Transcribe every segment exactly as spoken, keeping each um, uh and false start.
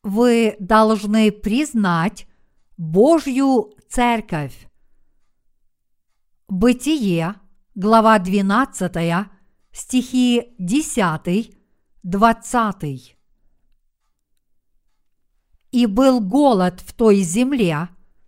вы должны признать Божью церковь. Бытие, глава двенадцатая, стихи десятый, двадцатый. «И был голод в той земле,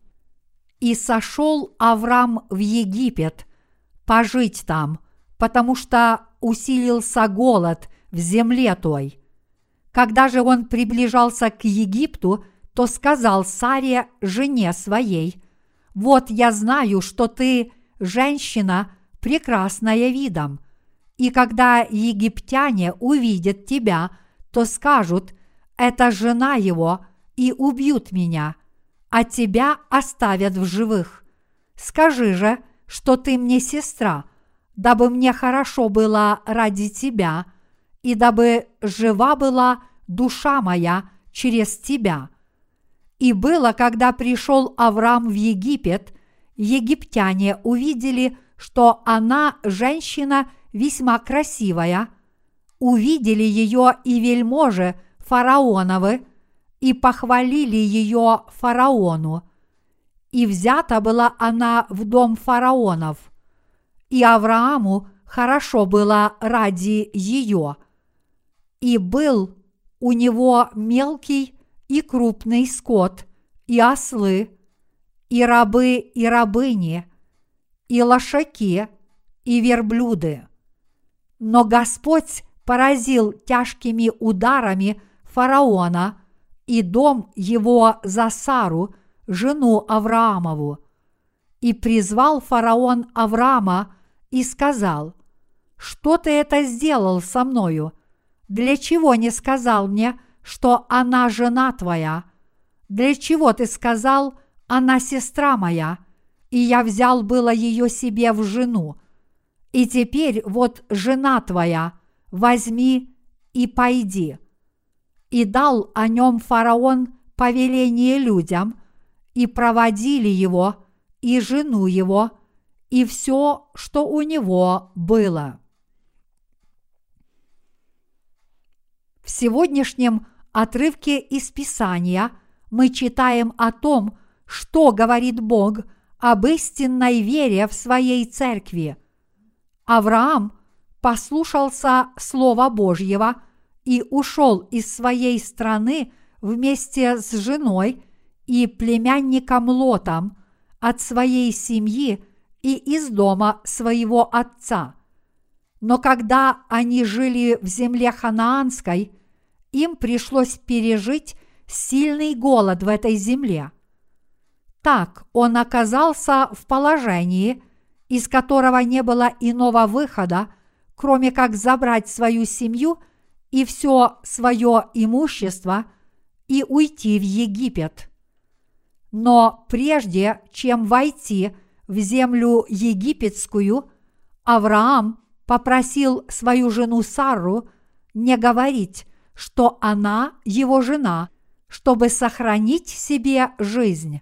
и сошел Авраам в Египет пожить там, потому что усилился голод в земле той. Когда же он приближался к Египту, то сказал Саре, жене своей: «Вот я знаю, что ты женщина, прекрасная видом, и когда египтяне увидят тебя, то скажут: это жена его, и убьют меня, а тебя оставят в живых. Скажи же, что ты мне сестра, дабы мне хорошо было ради тебя, и дабы жива была душа моя через тебя». И было, когда пришел Авраам в Египет, египтяне увидели, что она женщина весьма красивая, увидели ее и вельможи фараоновы, и похвалили ее фараону. И взята была она в дом фараонов, и Аврааму хорошо было ради ее. И был у него мелкий и крупный скот, и ослы, и рабы, и рабыни, и лошаки, и верблюды. Но Господь поразил тяжкими ударами фараона и дом его за Сару, жену Авраамову. И призвал фараон Авраама и сказал: «Что ты это сделал со мною? Для чего не сказал мне, что она жена твоя? Для чего ты сказал: она сестра моя, и я взял было ее себе в жену? И теперь вот жена твоя, возьми и пойди». И дал о нем фараон повеление людям, и проводили его, и жену его, и все, что у него было. В сегодняшнем отрывке из Писания мы читаем о том, что говорит Бог об истинной вере в своей церкви. Авраам послушался Слова Божьего и ушел из своей страны вместе с женой и племянником Лотом от своей семьи и из дома своего отца. Но когда они жили в земле ханаанской, им пришлось пережить сильный голод в этой земле. Так он оказался в положении, из которого не было иного выхода, кроме как забрать свою семью и все свое имущество и уйти в Египет. Но прежде чем войти в землю египетскую, Авраам попросил свою жену Сарру не говорить, что она его жена, чтобы сохранить себе жизнь.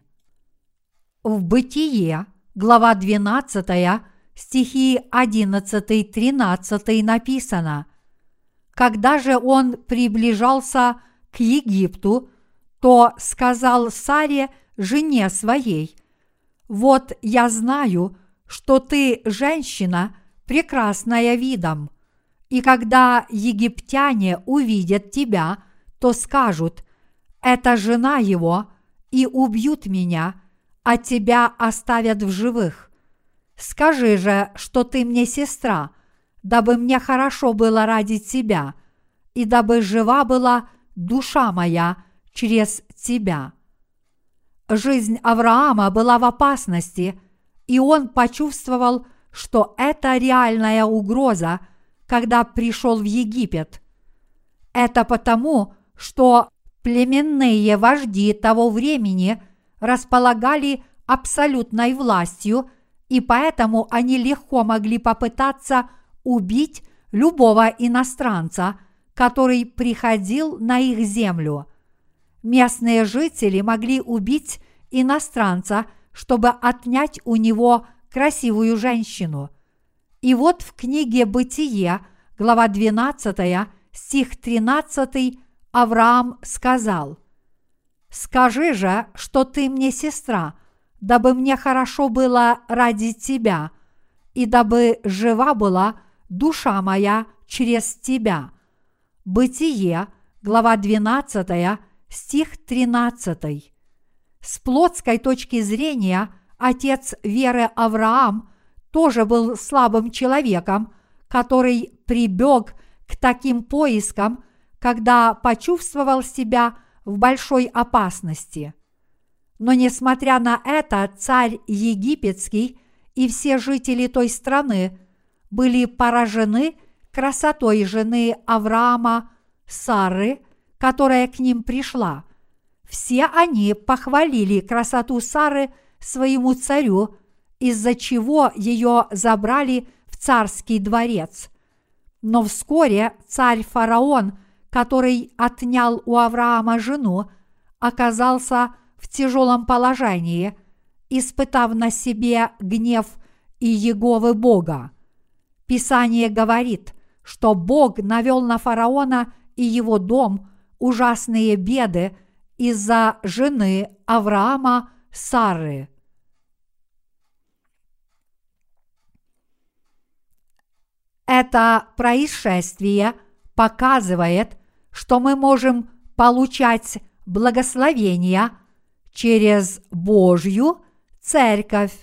В Бытие, глава двенадцатая, стихи одиннадцатый-тринадцатый написано: «Когда же он приближался к Египту, то сказал Саре, жене своей: вот я знаю, что ты женщина, прекрасная видом, и когда египтяне увидят тебя, то скажут: это жена его, и убьют меня, а тебя оставят в живых. Скажи же, что ты мне сестра, дабы мне хорошо было ради тебя, и дабы жива была душа моя через тебя». Жизнь Авраама была в опасности, и он почувствовал, что это реальная угроза, когда пришел в Египет. Это потому, что племенные вожди того времени располагали абсолютной властью, и поэтому они легко могли попытаться убить любого иностранца, который приходил на их землю. Местные жители могли убить иностранца, чтобы отнять у него красивую женщину. И вот в книге «Бытие», глава двенадцатая, стих тринадцатый, Авраам сказал: Скажи же, что ты мне сестра, дабы мне хорошо было ради тебя, и дабы жива была душа моя через тебя». Бытие, глава двенадцатая, стих тринадцатый. С плотской точки зрения отец веры Авраам тоже был слабым человеком, который прибег к таким поискам, когда почувствовал себя в большой опасности. Но несмотря на это, царь египетский и все жители той страны были поражены красотой жены Авраама, Сары, которая к ним пришла. Все они похвалили красоту Сары своему царю, из-за чего ее забрали в царский дворец. Но вскоре царь-фараон, который отнял у Авраама жену, оказался в тяжелом положении, испытав на себе гнев Иеговы Бога. Писание говорит, что Бог навел на фараона и его дом ужасные беды из-за жены Авраама Сары. Это происшествие показывает, что мы можем получать благословения через Божью Церковь.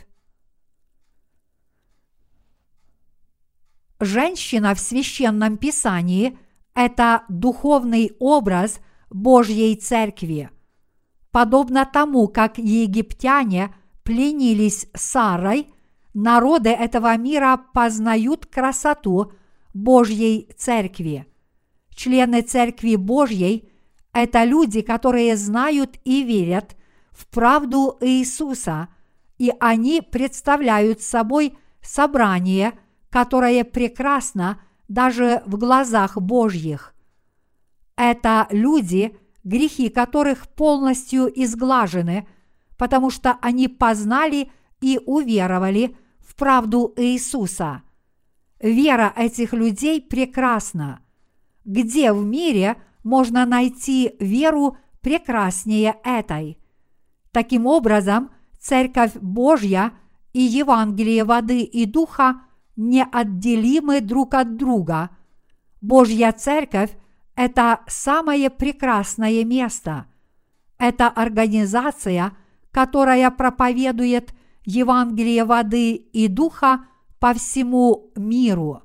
Женщина в Священном Писании – это духовный образ Божьей Церкви. Подобно тому, как египтяне пленились Сарой, народы этого мира познают красоту Божьей Церкви. Члены Церкви Божьей – это люди, которые знают и верят в правду Иисуса, и они представляют собой собрание, которое прекрасно даже в глазах Божьих. Это люди, грехи которых полностью изглажены, потому что они познали и уверовали в правду Иисуса. Вера этих людей прекрасна. Где в мире можно найти веру прекраснее этой? Таким образом, Церковь Божья и Евангелие воды и духа неотделимы друг от друга. Божья Церковь – это самое прекрасное место. Это организация, которая проповедует Евангелие воды и духа по всему миру.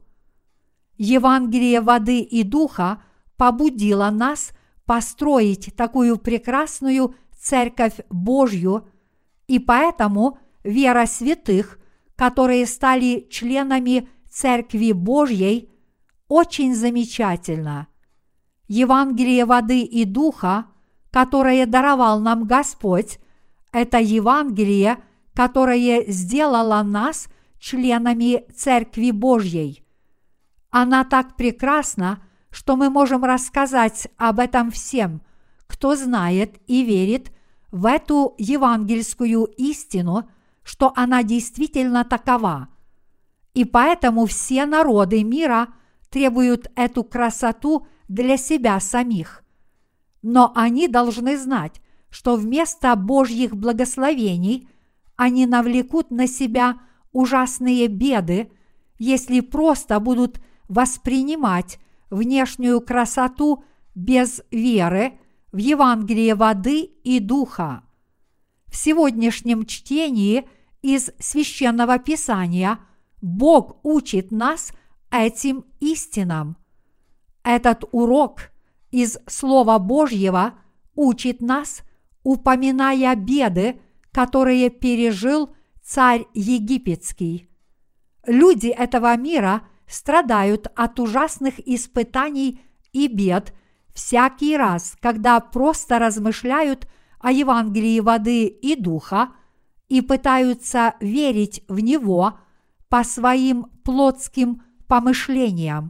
Евангелие воды и духа побудило нас построить такую прекрасную Церковь Божью, и поэтому вера святых, которые стали членами Церкви Божьей, очень замечательна. Евангелие воды и духа, которое даровал нам Господь, это Евангелие, которое сделало нас членами Церкви Божьей. Она так прекрасна, что мы можем рассказать об этом всем, кто знает и верит в эту евангельскую истину, что она действительно такова. И поэтому все народы мира требуют эту красоту для себя самих. Но они должны знать, что вместо Божьих благословений они навлекут на себя ужасные беды, если просто будут воспринимать внешнюю красоту без веры в Евангелие воды и духа. В сегодняшнем чтении из Священного Писания Бог учит нас этим истинам. Этот урок из Слова Божьего учит нас, упоминая беды, которые пережил царь египетский. Люди этого мира страдают от ужасных испытаний и бед всякий раз, когда просто размышляют о Евангелии воды и духа и пытаются верить в него по своим плотским помышлениям.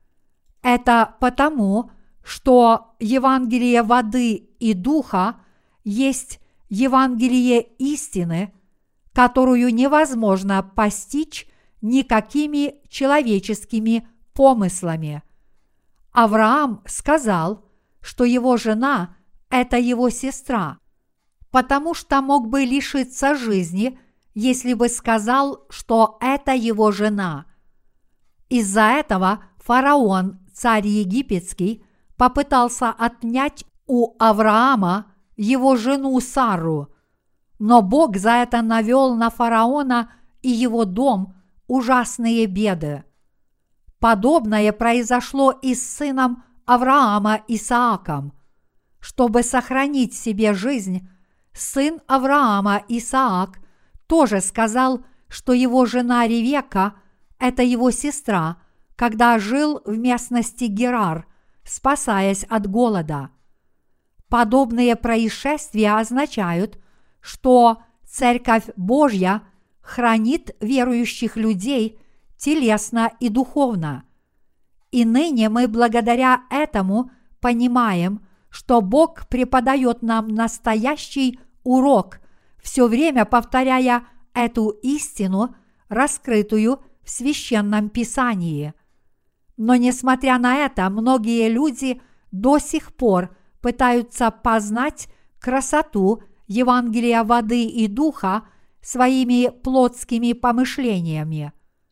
Это потому, что Евангелие воды и духа есть Евангелие истины, которую невозможно постичь никакими человеческими помыслами. Авраам сказал, что его жена это его сестра, потому что мог бы лишиться жизни, если бы сказал, что это его жена. Из-за этого фараон, царь египетский, попытался отнять у Авраама его жену Сару, но Бог за это навел на фараона и его дом ужасные беды. Подобное произошло и с сыном Авраама Исааком. Чтобы сохранить себе жизнь, сын Авраама Исаак тоже сказал, что его жена Ревека – это его сестра, когда жил в местности Герар, спасаясь от голода. Подобные происшествия означают, что Церковь Божья хранит верующих людей телесно и духовно. И ныне мы благодаря этому понимаем, что Бог преподает нам настоящий урок, все время повторяя эту истину, раскрытую в Священном Писании. Но несмотря на это, многие люди до сих пор пытаются познать красоту Евангелия воды и духа своими плотскими помышлениями.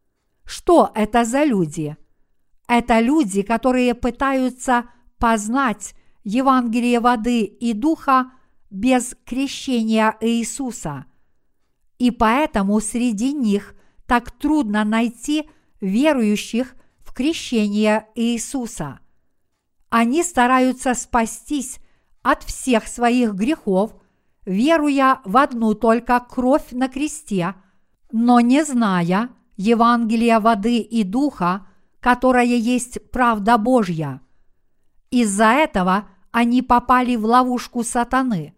Что это за люди? Это люди, которые пытаются познать Евангелие воды и духа без крещения Иисуса. И поэтому среди них так трудно найти верующих в крещение Иисуса. Они стараются спастись от всех своих грехов, веруя в одну только кровь на кресте, но не зная Евангелия воды и духа, которое есть правда Божья. Из-за этого они попали в ловушку сатаны.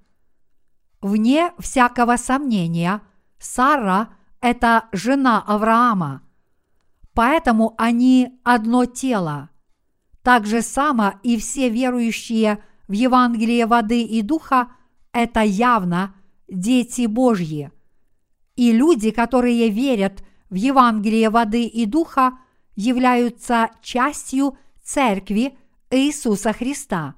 Вне всякого сомнения, Сара – это жена Авраама, поэтому они одно тело. Так же само и все верующие в Евангелие воды и духа – это явно дети Божьи. И люди, которые верят в Евангелие воды и духа, являются частью Церкви Иисуса Христа.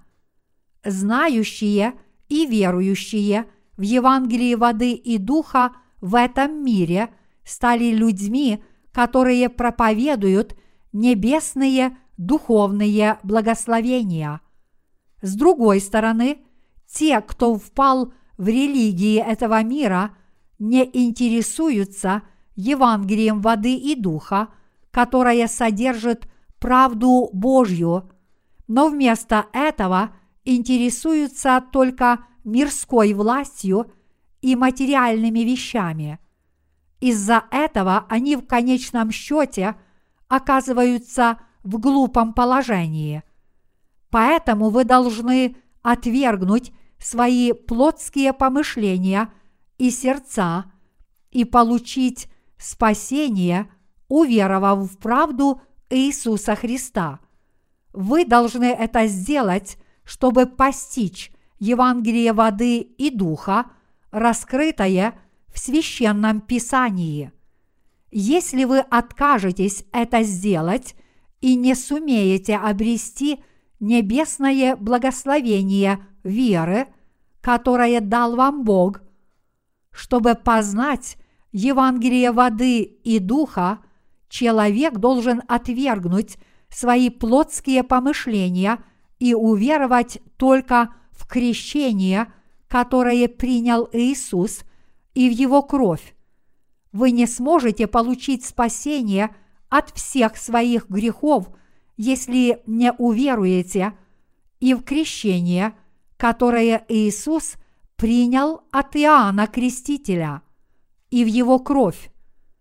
Знающие и верующие в Евангелии воды и духа в этом мире стали людьми, которые проповедуют небесные духовные благословения. С другой стороны, те, кто впал в религии этого мира, не интересуются Евангелием воды и духа, которое содержит правду Божью, но вместо этого интересуются только мирской властью и материальными вещами. Из-за этого они в конечном счете оказываются в глупом положении. Поэтому вы должны отвергнуть свои плотские помышления и сердца и получить спасение, уверовав в правду Иисуса Христа. Вы должны это сделать, чтобы постичь Евангелие воды и духа, раскрытое в Священном Писании. Если вы откажетесь это сделать и не сумеете обрести небесное благословение веры, которое дал вам Бог, чтобы познать Евангелие воды и духа, человек должен отвергнуть свои плотские помышления и уверовать только в крещение, которое принял Иисус, и в Его кровь. Вы не сможете получить спасение от всех своих грехов, если не уверуете и в крещение, которое Иисус принял от Иоанна Крестителя, и в Его кровь.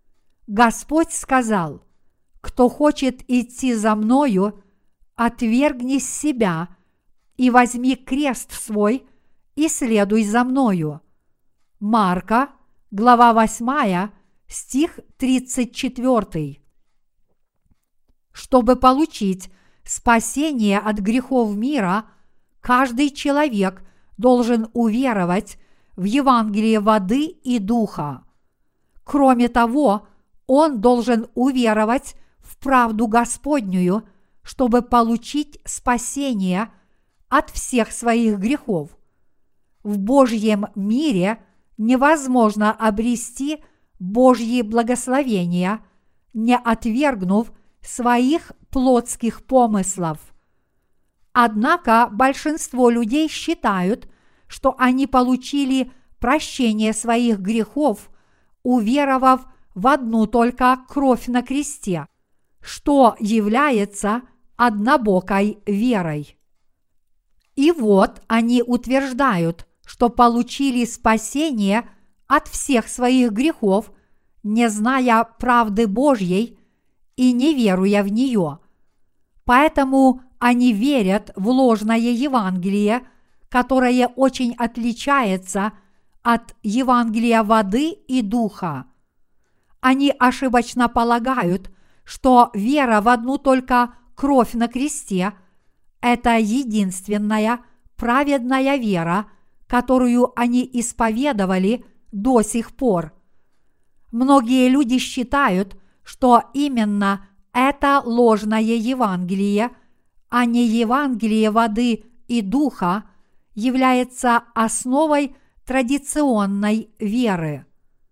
Господь сказал: «Кто хочет идти за Мною, отвергни себя и возьми крест свой и следуй за Мною». Марка, глава восьмая, стих тридцать четвёртый. Чтобы получить спасение от грехов мира, каждый человек должен уверовать в Евангелие воды и духа. Кроме того, он должен уверовать в правду Господнюю, чтобы получить спасение от всех своих грехов. в Божьем мире невозможно обрести Божьи благословения, не отвергнув своих плотских помыслов. Однако большинство людей считают, что они получили прощение своих грехов, уверовав в одну только кровь на кресте, что является однобокой верой. И вот они утверждают, что получили спасение от всех своих грехов, не зная правды Божьей и не веруя в нее. Поэтому они верят в ложное Евангелие, которое очень отличается от Евангелия воды и духа. Они ошибочно полагают, что вера в одну только кровь на кресте – это единственная праведная вера, которую они исповедовали до сих пор. Многие люди считают, что именно это ложное Евангелие, а не Евангелие воды и духа, является основой традиционной веры.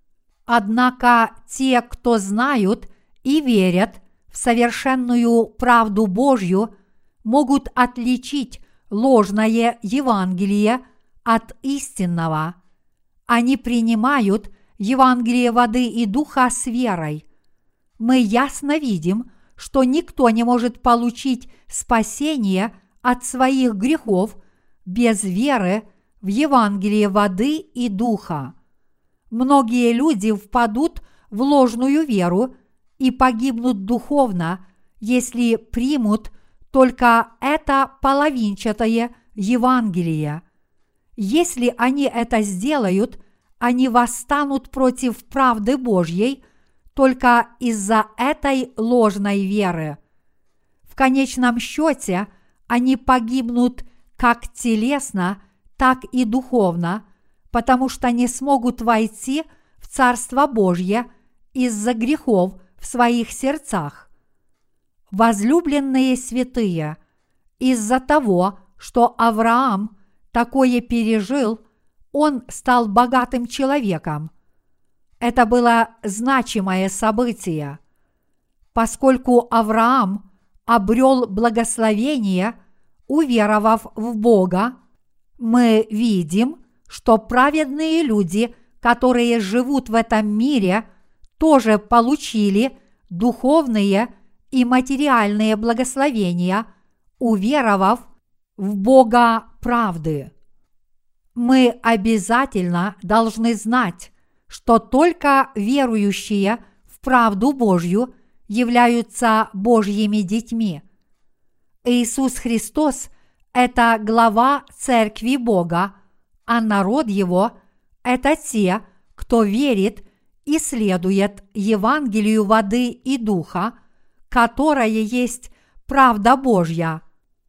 Однако те, кто знают и верят в совершенную правду Божью, могут отличить ложное Евангелие от истинного. Они принимают Евангелие воды и духа с верой. Мы ясно видим, что никто не может получить спасение от своих грехов без веры в Евангелие воды и духа. Многие люди впадут в ложную веру и погибнут духовно, если примут только это половинчатое Евангелие. Если они это сделают, они восстанут против правды Божьей только из-за этой ложной веры. В конечном счете они погибнут как телесно, так и духовно, потому что не смогут войти в Царство Божье из-за грехов в своих сердцах. Возлюбленные святые, из-за того, что Авраам такое пережил, он стал богатым человеком. Это было значимое событие. Поскольку Авраам обрел благословение, уверовав в Бога, мы видим, что праведные люди, которые живут в этом мире, тоже получили духовные и материальные благословения, уверовав в Бога правды. Мы обязательно должны знать, что только верующие в правду Божью являются Божьими детьми. Иисус Христос – это глава Церкви Бога, а народ Его – это те, кто верит и следует Евангелию воды и духа, которое есть правда Божья.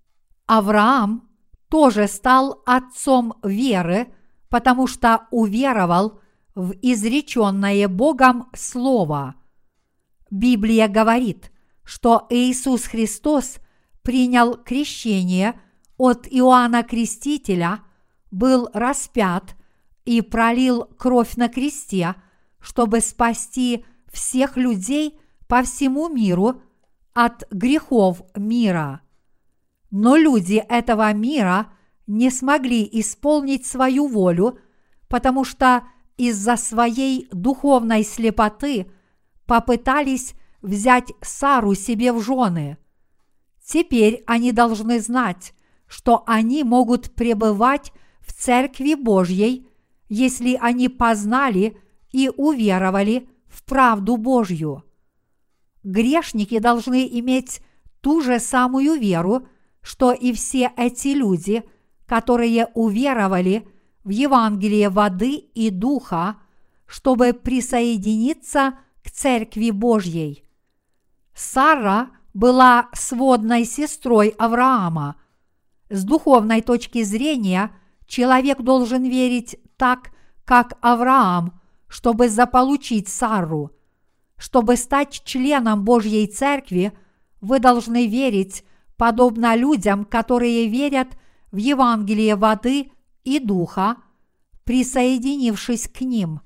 Авраам тоже стал отцом веры, потому что уверовал в изреченное Богом Слово. Библия говорит, что Иисус Христос принял крещение от Иоанна Крестителя, был распят и пролил кровь на кресте, чтобы спасти всех людей по всему миру от грехов мира. Но люди этого мира не смогли исполнить свою волю, потому что из-за своей духовной слепоты попытались взять Сару себе в жены. Теперь они должны знать, что они могут пребывать в Церкви Божьей, если они познали и уверовали в правду Божью. Грешники должны иметь ту же самую веру, что и все эти люди, которые уверовали в Евангелие воды и духа, чтобы присоединиться к Церкви Божьей. Сара была сводной сестрой Авраама. С духовной точки зрения человек должен верить так, как Авраам, чтобы заполучить Сару. Чтобы стать членом Божьей Церкви, вы должны верить подобно людям, которые верят в Евангелие воды и духа, присоединившись к ним.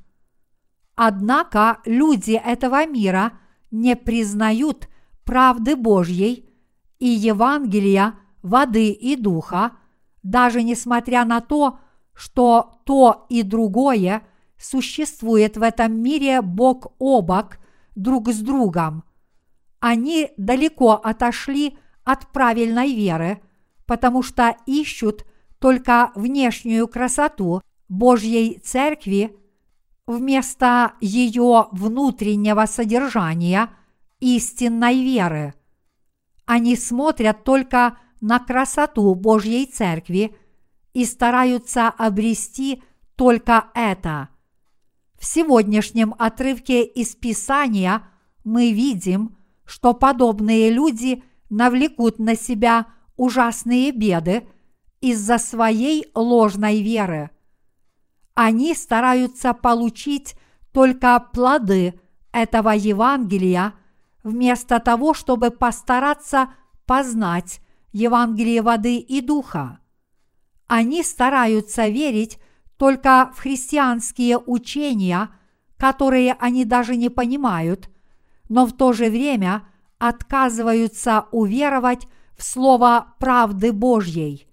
Однако люди этого мира не признают правды Божьей и Евангелия воды и духа, даже несмотря на то, что то и другое существует в этом мире бок о бок друг с другом. Они далеко отошли от правильной веры, потому что ищут только внешнюю красоту Божьей Церкви вместо ее внутреннего содержания истинной веры. Они смотрят только на красоту Божьей Церкви и стараются обрести только это. В сегодняшнем отрывке из Писания мы видим, что подобные люди навлекут на себя ужасные беды из-за своей ложной веры. Они стараются получить только плоды этого Евангелия, вместо того, чтобы постараться познать Евангелие воды и духа. Они стараются верить только в христианские учения, которые они даже не понимают, но в то же время отказываются уверовать в слово правды Божьей.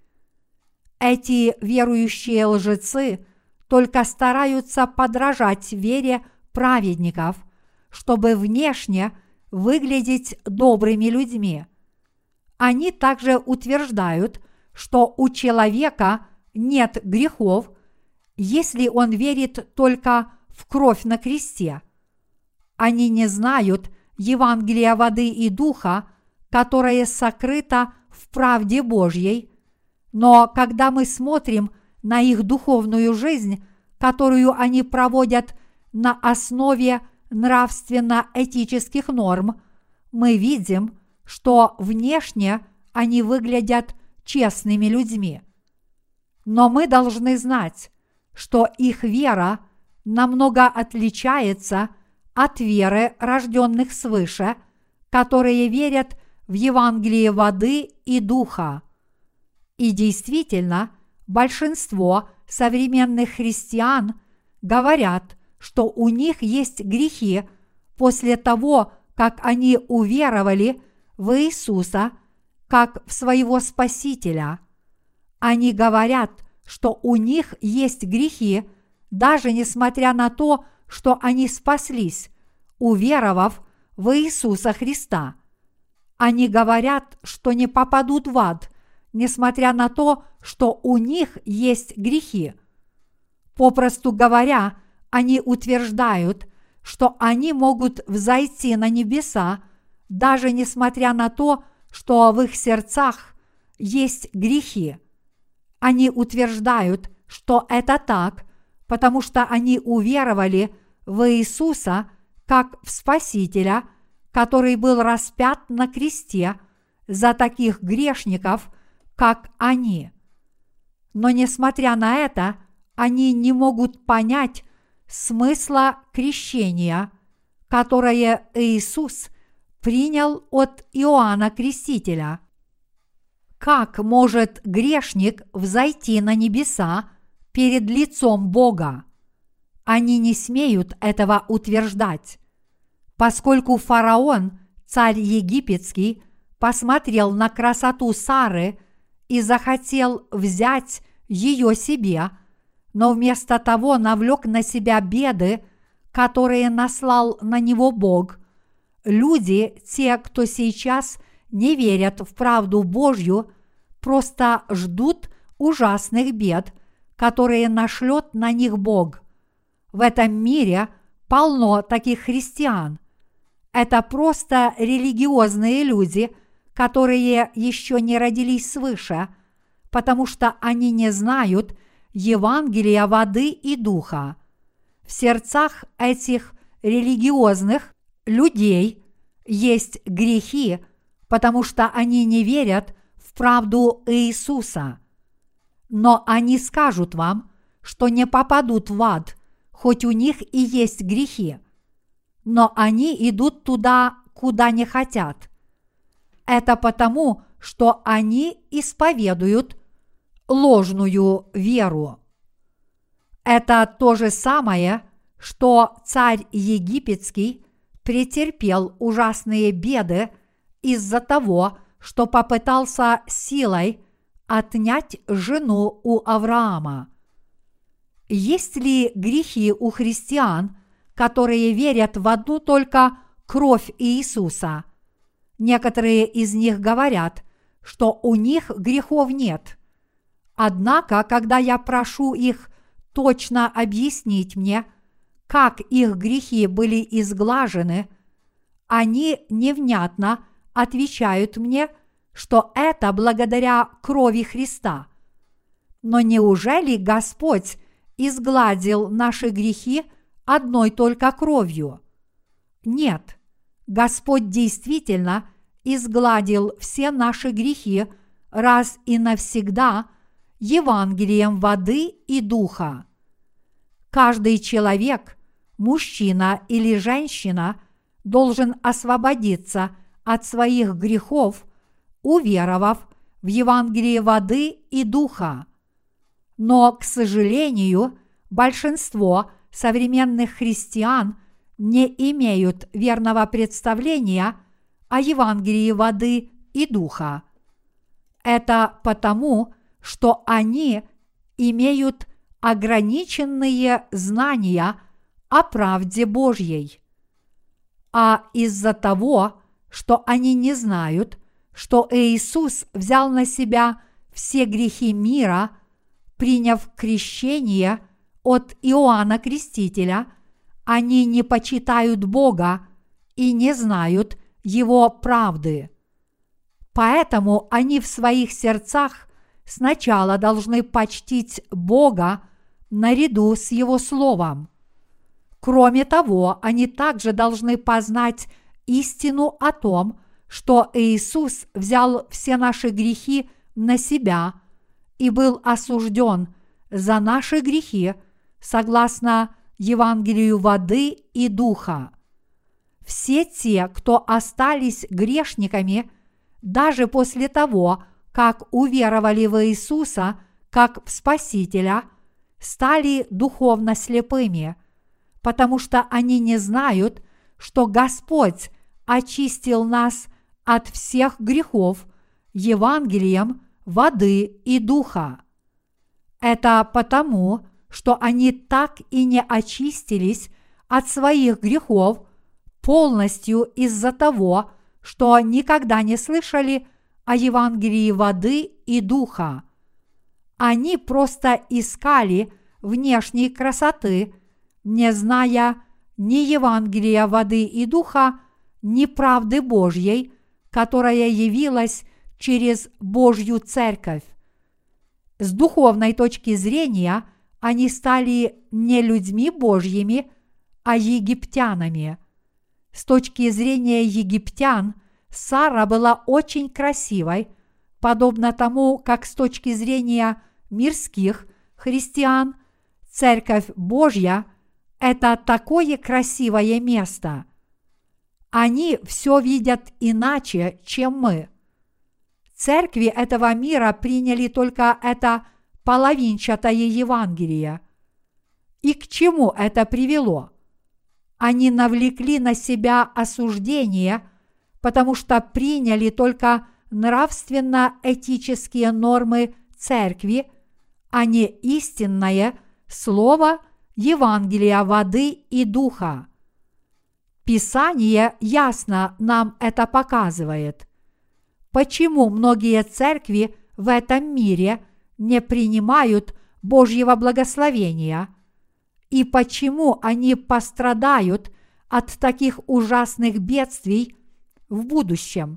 Эти верующие лжецы только стараются подражать вере праведников, чтобы внешне выглядеть добрыми людьми. Они также утверждают, что у человека нет грехов, если он верит только в кровь на кресте. Они не знают Евангелия воды и духа, которое сокрыто в правде Божьей, но когда мы смотрим на их духовную жизнь, которую они проводят на основе нравственно-этических норм, мы видим, что внешне они выглядят честными людьми. Но мы должны знать, что их вера намного отличается от веры рожденных свыше, которые верят в Евангелие воды и духа. И действительно, большинство современных христиан говорят, что у них есть грехи после того, как они уверовали в Иисуса как в своего Спасителя. Они говорят, что у них есть грехи, даже несмотря на то, что они спаслись, уверовав в Иисуса Христа. Они говорят, что не попадут в ад, несмотря на то, что у них есть грехи. Попросту говоря, они утверждают, что они могут взойти на небеса, даже несмотря на то, что в их сердцах есть грехи. Они утверждают, что это так, потому что они уверовали в Иисуса как в Спасителя, который был распят на кресте за таких грешников, как они. Но несмотря на это, они не могут понять смысла крещения, которое Иисус принял от Иоанна Крестителя. Как может грешник взойти на небеса перед лицом Бога? Они не смеют этого утверждать. Поскольку фараон, царь египетский, посмотрел на красоту Сары и захотел взять ее себе, но вместо того навлек на себя беды, которые наслал на него Бог, люди, те, кто сейчас не верят в правду Божью, просто ждут ужасных бед, которые нашлет на них Бог. В этом мире полно таких христиан. Это просто религиозные люди, которые еще не родились свыше, потому что они не знают Евангелия воды и духа. В сердцах этих религиозных людей есть грехи, потому что они не верят в правду Иисуса. Но они скажут вам, что не попадут в ад, хоть у них и есть грехи. Но они идут туда, куда не хотят. Это потому, что они исповедуют ложную веру. Это то же самое, что царь египетский претерпел ужасные беды из-за того, что попытался силой отнять жену у Авраама. Есть ли грехи у христиан, которые верят в одну только кровь Иисуса? Некоторые из них говорят, что у них грехов нет. Однако, когда я прошу их точно объяснить мне, как их грехи были изглажены, они невнятно отвечают мне, что это благодаря крови Христа. Но неужели Господь изгладил наши грехи одной только кровью? Нет, Господь действительно изгладил все наши грехи раз и навсегда Евангелием воды и духа. Каждый человек, мужчина или женщина, должен освободиться от своих грехов, уверовав в Евангелие воды и духа. Но, к сожалению, большинство современных христиан не имеют верного представления о Евангелии воды и духа. Это потому, что они имеют ограниченные знания о правде Божьей. А из-за того, что они не знают, что Иисус взял на себя все грехи мира, приняв крещение от Иоанна Крестителя, они не почитают Бога и не знают Его правды. Поэтому они в своих сердцах сначала должны почтить Бога наряду с Его Словом. Кроме того, они также должны познать истину о том, что Иисус взял все наши грехи на себя и был осужден за наши грехи согласно Евангелию воды и духа. Все те, кто остались грешниками, даже после того, как уверовали в Иисуса как в Спасителя, стали духовно слепыми, потому что они не знают, что Господь очистил нас от всех грехов Евангелием воды и духа. Это потому, что они так и не очистились от своих грехов полностью из-за того, что никогда не слышали о Евангелии воды и духа. Они просто искали внешней красоты, не зная ни Евангелия воды и духа, ни правды Божьей, которая явилась через Божью Церковь. С духовной точки зрения они стали не людьми Божьими, а египтянами. С точки зрения египтян Сара была очень красивой, подобно тому, как с точки зрения мирских христиан Церковь Божья – это такое красивое место. Они все видят иначе, чем мы. Церкви этого мира приняли только это половинчатое Евангелие. И к чему это привело? Они навлекли на себя осуждение, потому что приняли только нравственно-этические нормы церкви, а не истинное слово Евангелия воды и духа. Писание ясно нам это показывает. Почему многие церкви в этом мире не принимают Божьего благословения? И почему они пострадают от таких ужасных бедствий в будущем?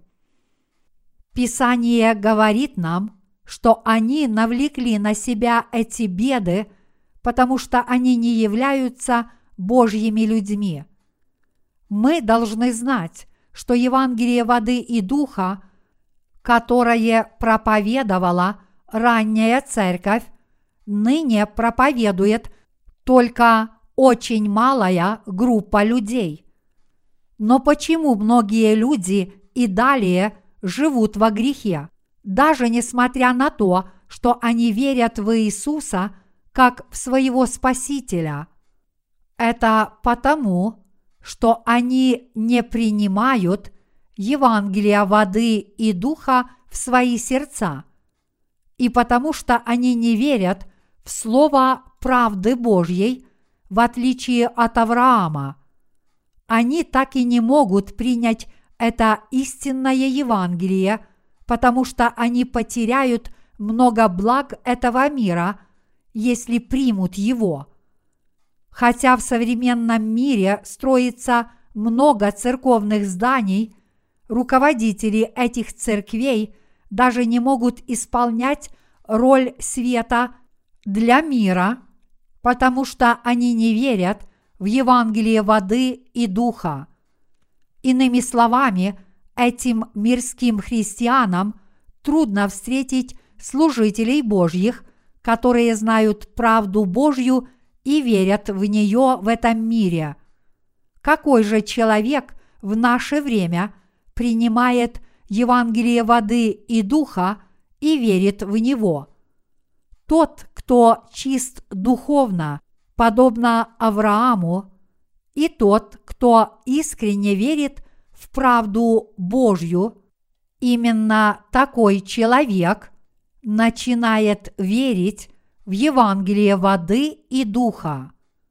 Писание говорит нам, что они навлекли на себя эти беды, потому что они не являются Божьими людьми. Мы должны знать, что Евангелие воды и духа, которое проповедовала ранняя церковь, ныне проповедует только очень малая группа людей. Но почему многие люди и далее живут во грехе, даже несмотря на то, что они верят в Иисуса как в своего Спасителя. Это потому, что они не принимают Евангелия воды и духа в свои сердца, и потому что они не верят в слово правды Божьей, в отличие от Авраама. Они так и не могут принять это истинное Евангелие, потому что они потеряют много благ этого мира, если примут его. Хотя в современном мире строится много церковных зданий, руководители этих церквей даже не могут исполнять роль света для мира, потому что они не верят в Евангелие воды и духа. Иными словами, этим мирским христианам трудно встретить служителей Божьих, которые знают правду Божью и верят в нее в этом мире. Какой же человек в наше время принимает Евангелие воды и духа и верит в него? Тот, кто чист духовно, подобно Аврааму, и тот, кто искренне верит в правду Божью, именно такой человек начинает верить в Евангелие воды и духа.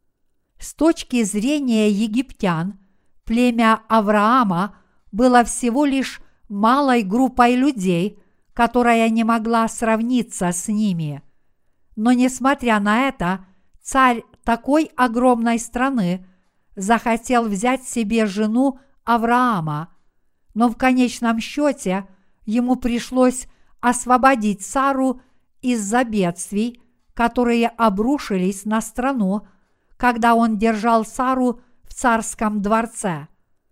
С точки зрения египтян, племя Авраама было всего лишь малой группой людей, которая не могла сравниться с ними. Но несмотря на это, царь такой огромной страны захотел взять себе жену Авраама, но в конечном счете ему пришлось освободить Сару из-за бедствий, которые обрушились на страну, когда он держал Сару в царском дворце.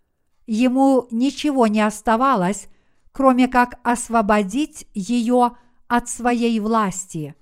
Ему ничего не оставалось, кроме как освободить ее от своей власти.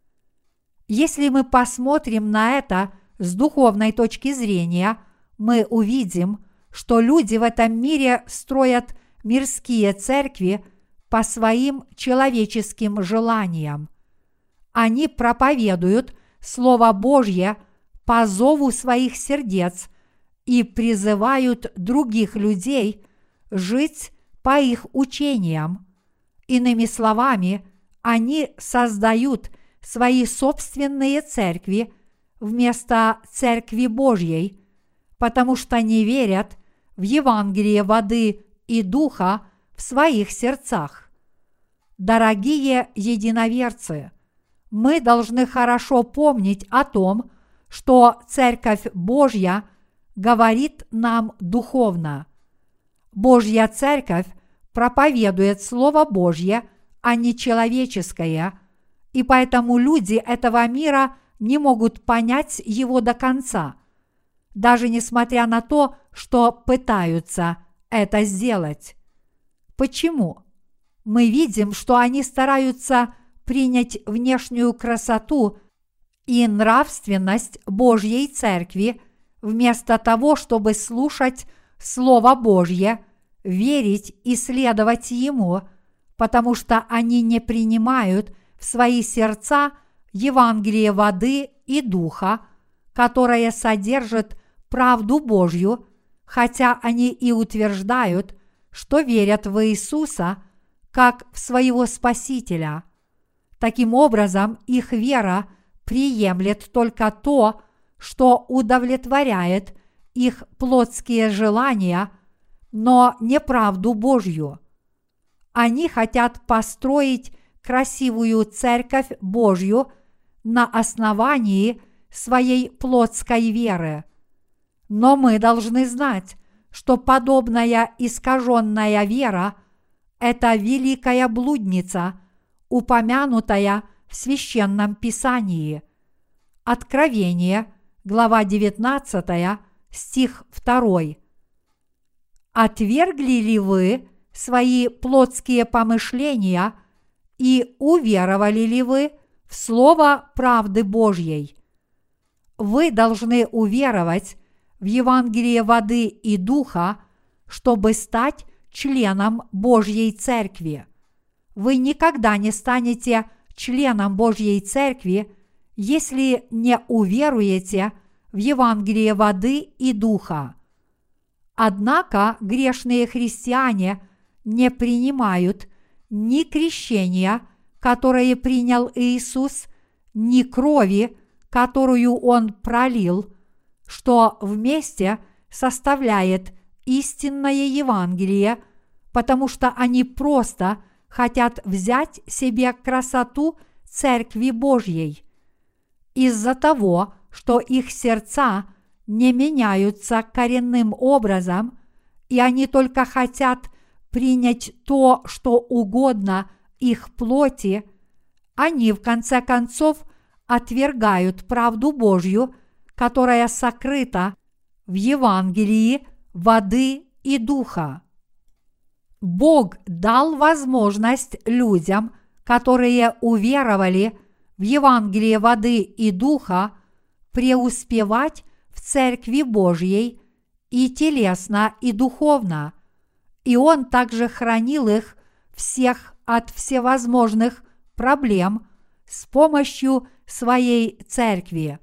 Если мы посмотрим на это с духовной точки зрения, мы увидим, что люди в этом мире строят мирские церкви по своим человеческим желаниям. Они проповедуют Слово Божье по зову своих сердец и призывают других людей жить по их учениям. Иными словами, они создают свои собственные церкви вместо Церкви Божьей, потому что не верят в Евангелие воды и духа в своих сердцах. Дорогие единоверцы, мы должны хорошо помнить о том, что Церковь Божья говорит нам духовно. Божья Церковь проповедует Слово Божье, а не человеческое, и поэтому люди этого мира не могут понять его до конца, даже несмотря на то, что пытаются это сделать. Почему? Мы видим, что они стараются принять внешнюю красоту и нравственность Божьей Церкви вместо того, чтобы слушать Слово Божье, верить и следовать Ему, потому что они не принимают в свои сердца Евангелие воды и духа, которое содержит правду Божью, хотя они и утверждают, что верят в Иисуса как в своего Спасителя. Таким образом, их вера приемлет только то, что удовлетворяет их плотские желания, но не правду Божью. Они хотят построить красивую церковь Божью на основании своей плотской веры. Но мы должны знать, что подобная искаженная вера – это великая блудница, упомянутая в Священном Писании. Откровение, глава девятнадцатая, стих второй. «Отвергли ли вы свои плотские помышления и уверовали ли вы в Слово правды Божьей?» Вы должны уверовать в Евангелие воды и духа, чтобы стать членом Божьей Церкви. Вы никогда не станете членом Божьей Церкви, если не уверуете в Евангелие воды и духа. Однако грешные христиане не принимают ни крещения, которое принял Иисус, ни крови, которую Он пролил, что вместе составляет истинное Евангелие, потому что они просто хотят взять себе красоту Церкви Божьей. Из-за того, что их сердца не меняются коренным образом, и они только хотят принять то, что угодно их плоти, они в конце концов отвергают правду Божью, которая сокрыта в Евангелии воды и духа. Бог дал возможность людям, которые уверовали в Евангелие воды и духа, преуспевать в Церкви Божьей и телесно, и духовно, и Он также хранил их всех от всевозможных проблем с помощью своей Церкви.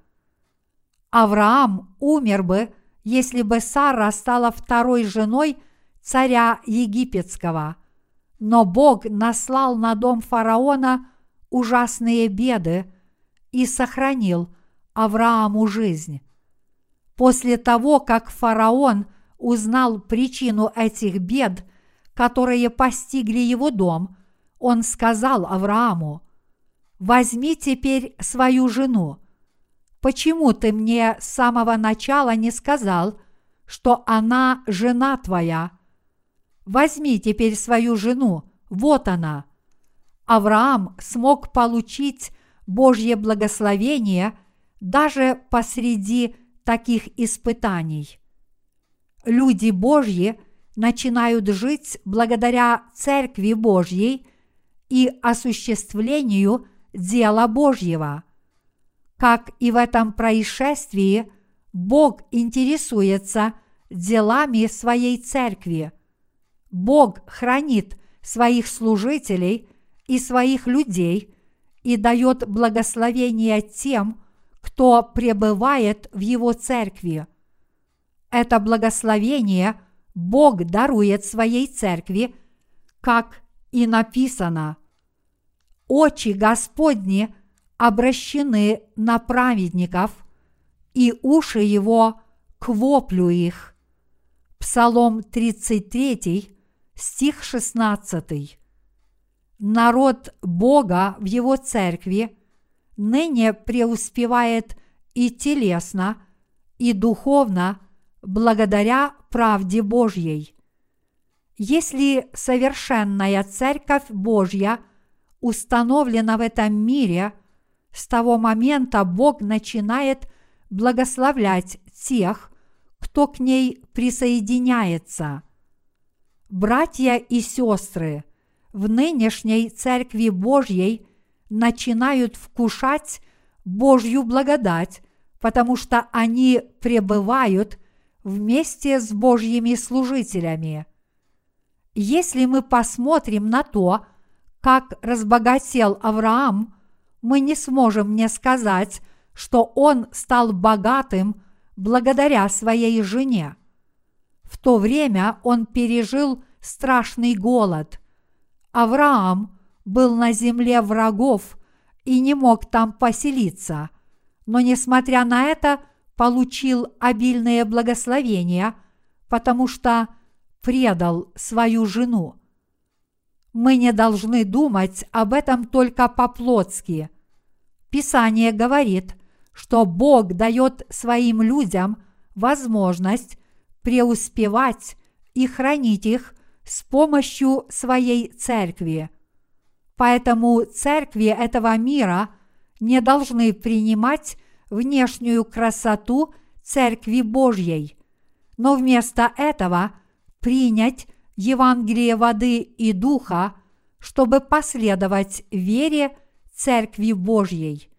Авраам умер бы, если бы Сара стала второй женой царя египетского, но Бог наслал на дом фараона ужасные беды и сохранил Аврааму жизнь. После того, как фараон узнал причину этих бед, которые постигли его дом, он сказал Аврааму: «Возьми теперь свою жену. Почему ты мне с самого начала не сказал, что она жена твоя? Возьми теперь свою жену, вот она». Авраам смог получить Божье благословение даже посреди таких испытаний. Люди Божьи начинают жить благодаря Церкви Божьей и осуществлению дела Божьего. Как и в этом происшествии, Бог интересуется делами своей Церкви. Бог хранит своих служителей и своих людей и дает благословение тем, кто пребывает в Его Церкви. Это благословение Бог дарует своей Церкви, как и написано: «Очи Господни обращены на праведников, и уши Его к воплю их». Псалом тридцать три, стих шестнадцатый. Народ Бога в Его Церкви ныне преуспевает и телесно, и духовно благодаря правде Божьей. Если совершенная Церковь Божья установлена в этом мире, с того момента Бог начинает благословлять тех, кто к ней присоединяется. Братья и сестры, в нынешней Церкви Божьей начинают вкушать Божью благодать, потому что они пребывают вместе с Божьими служителями. Если мы посмотрим на то, как разбогател Авраам, мы не сможем не сказать, что он стал богатым благодаря своей жене. В то время он пережил страшный голод. Авраам был на земле врагов и не мог там поселиться, но, несмотря на это, получил обильные благословения, потому что предал свою жену. Мы не должны думать об этом только по-плотски. Писание говорит, что Бог дает своим людям возможность преуспевать и хранить их с помощью своей Церкви. Поэтому церкви этого мира не должны принимать внешнюю красоту Церкви Божьей, но вместо этого принять Евангелие воды и духа, чтобы последовать вере Церкви Божьей.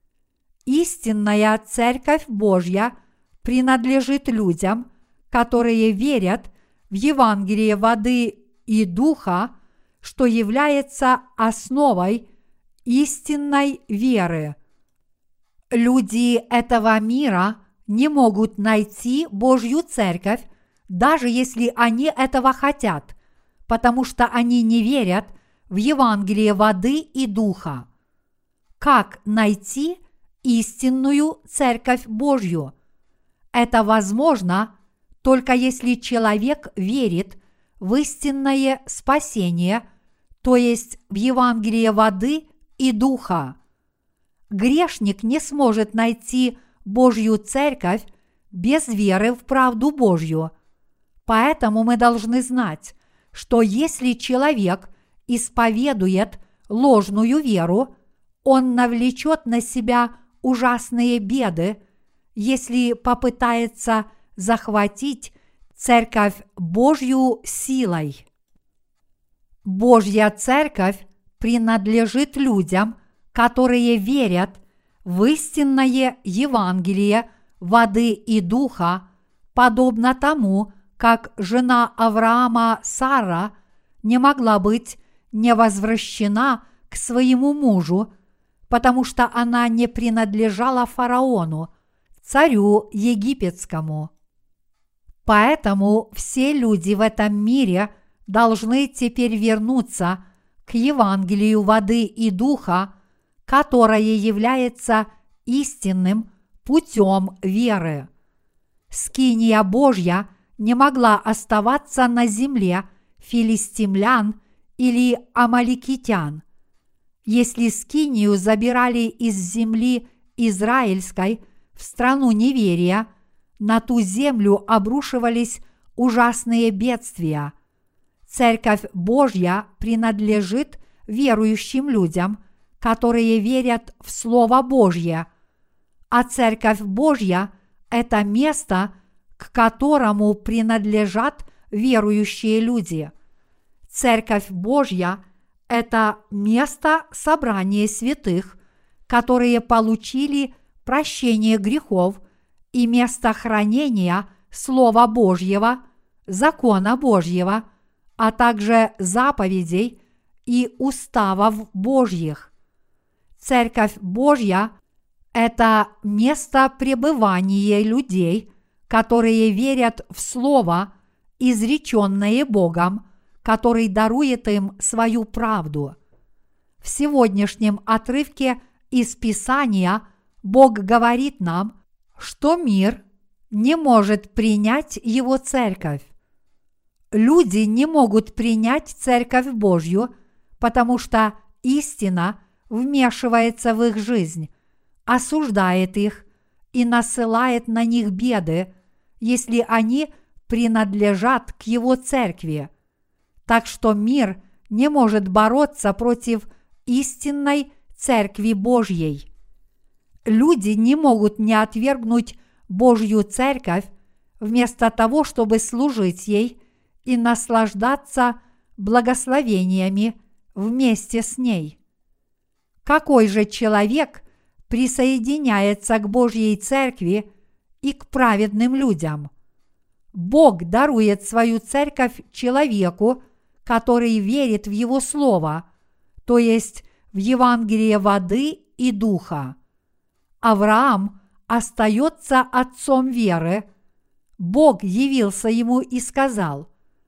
Истинная Церковь Божья принадлежит людям, которые верят в Евангелие воды и духа, что является основой истинной веры. Люди этого мира не могут найти Божью церковь, даже если они этого хотят, потому что они не верят в Евангелие воды и духа. Как найти истинную церковь Божью? Это возможно только если человек верит в истинное спасение, то есть в Евангелие воды и духа. Грешник не сможет найти Божью церковь без веры в правду Божью. Поэтому мы должны знать, что если человек исповедует ложную веру, он навлечет на себя ужасные беды, если попытается захватить церковь Божью силой. Божья церковь принадлежит людям, которые верят в истинное Евангелие воды и духа, подобно тому, как жена Авраама Сара не могла быть не возвращена к своему мужу, потому что она не принадлежала фараону, царю египетскому. Поэтому все люди в этом мире должны теперь вернуться к Евангелию воды и духа, которое является истинным путем веры. Скиния Божья не могла оставаться на земле филистимлян или амаликитян. Если скинию забирали из земли израильской в страну неверия, на ту землю обрушивались ужасные бедствия. Церковь Божья принадлежит верующим людям, которые верят в Слово Божье, а Церковь Божья – это место, к которому принадлежат верующие люди. Церковь Божья – это место собрания святых, которые получили прощение грехов и место хранения Слова Божьего, закона Божьего, а также заповедей и уставов Божьих. Церковь Божья – это место пребывания людей, которые верят в Слово, изреченное Богом, который дарует им свою правду. В сегодняшнем отрывке из Писания Бог говорит нам, что мир не может принять Его церковь. Люди не могут принять Церковь Божью, потому что истина вмешивается в их жизнь, осуждает их и насылает на них беды, если они принадлежат к Его церкви. Так что мир не может бороться против истинной Церкви Божьей. Люди не могут не отвергнуть Божью церковь вместо того, чтобы служить ей и наслаждаться благословениями вместе с ней. Какой же человек присоединяется к Божьей церкви и к праведным людям? Бог дарует свою церковь человеку, который верит в Его Слово, то есть в Евангелие воды и духа. Авраам остается отцом веры. Бог явился ему и сказал: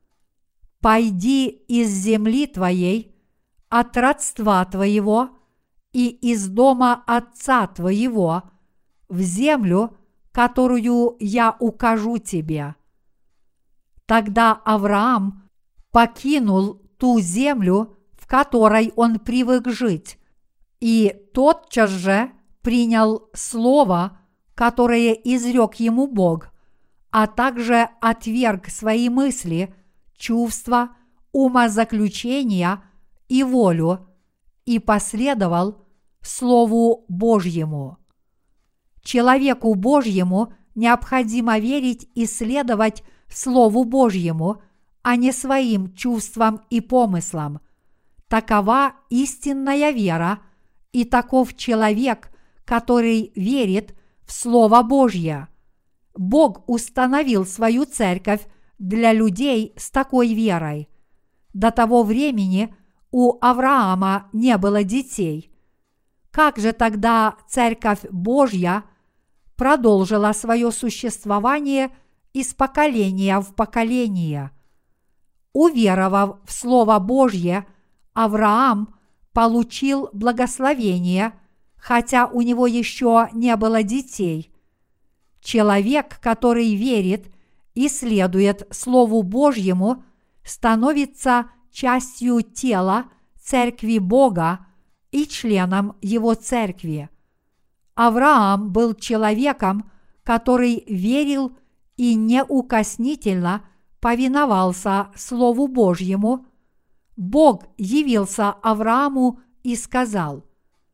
«Пойди из земли твоей, от родства твоего и из дома отца твоего в землю, которую я укажу тебе». Тогда Авраам покинул ту землю, в которой он привык жить, и тотчас же принял слово, которое изрек ему Бог, а также отверг свои мысли, чувства, умозаключения и волю и последовал Слову Божьему. Человеку Божьему необходимо верить и следовать Слову Божьему, а не своим чувствам и помыслам. Такова истинная вера, и таков человек, который верит в Слово Божье. Бог установил свою церковь для людей с такой верой. До того времени у Авраама не было детей. Как же тогда Церковь Божья продолжила свое существование из поколения в поколение? Уверовав в Слово Божье, Авраам получил благословение, хотя у него еще не было детей. Человек, который верит и следует Слову Божьему, становится частью тела Церкви Бога и членом Его Церкви. Авраам был человеком, который верил и неукоснительно повиновался Слову Божьему. Бог явился Аврааму и сказал: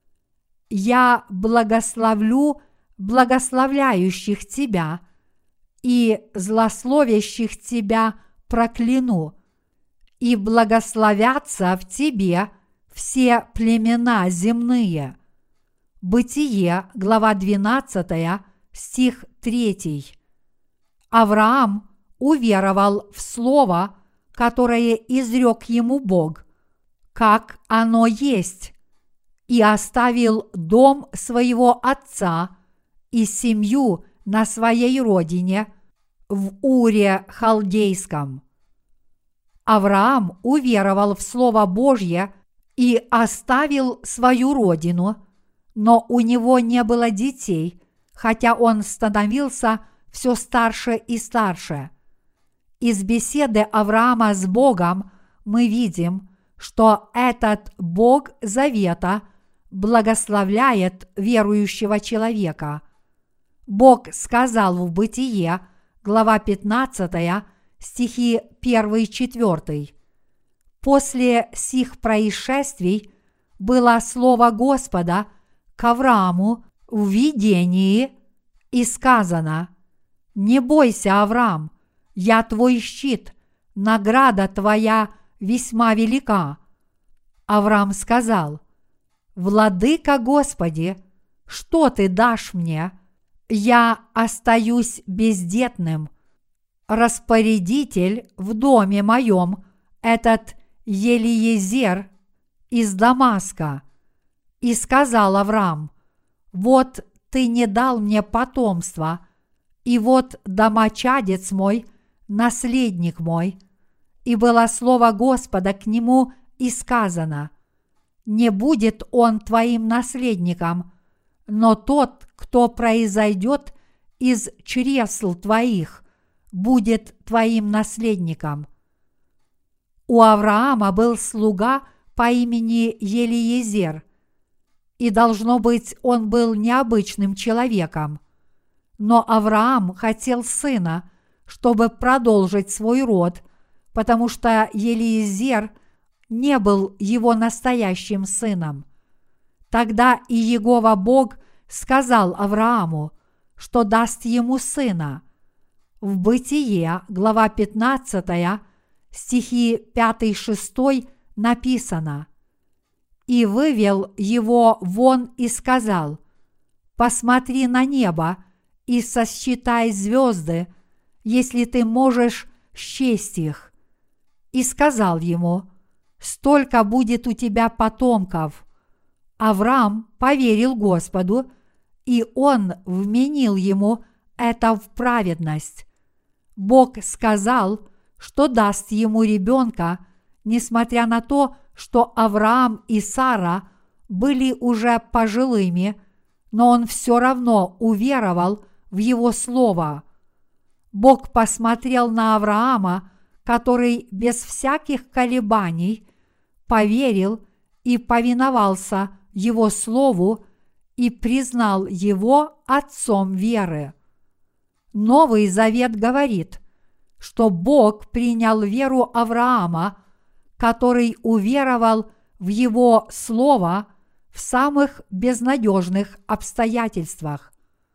«Я благословлю благословляющих тебя, и злословящих тебя прокляну, и благословятся в тебе все племена земные». Бытие, глава двенадцатая, стих третий. Авраам уверовал в слово, которое изрек ему Бог, как оно есть, и оставил дом своего отца и семью на своей родине в Уре Халдейском. Авраам уверовал в Слово Божье и оставил свою родину, но у него не было детей, хотя он становился все старше и старше. Из беседы Авраама с Богом мы видим, что этот Бог Завета благословляет верующего человека. Бог сказал в Бытие, глава пятнадцатая, стихи один-четыре. После сих происшествий было слово Господа к Аврааму в видении, и сказано: «Не бойся, Авраам, я твой щит, награда твоя весьма велика». Авраам сказал: «Владыка Господи, что ты дашь мне? Я остаюсь бездетным. Распорядитель в доме моем – этот Елиезер из Дамаска». И сказал Авраам: «Вот ты не дал мне потомства, и вот домочадец мой, наследник мой». И было слово Господа к нему, и сказано: «Не будет он твоим наследником, но тот, кто произойдет из чресл твоих, будет твоим наследником». У Авраама был слуга по имени Елиезер, и, должно быть, он был необычным человеком. Но Авраам хотел сына, чтобы продолжить свой род, потому что Елиезер не был его настоящим сыном. Тогда и Иегова Бог сказал Аврааму, что даст ему сына. В Бытие, глава пятнадцатая, стихи пять-шесть написано: «И вывел его вон и сказал: посмотри на небо и сосчитай звезды, если ты можешь счесть их. И сказал ему: столько будет у тебя потомков». Авраам поверил Господу, и он вменил ему это в праведность. Бог сказал, что даст ему ребенка, несмотря на то, что Авраам и Сара были уже пожилыми, но он все равно уверовал в его слово. Бог посмотрел на Авраама, который без всяких колебаний поверил и повиновался его слову, и признал его отцом веры. Новый Завет говорит, что Бог принял веру Авраама, который уверовал в его слово в самых безнадежных обстоятельствах.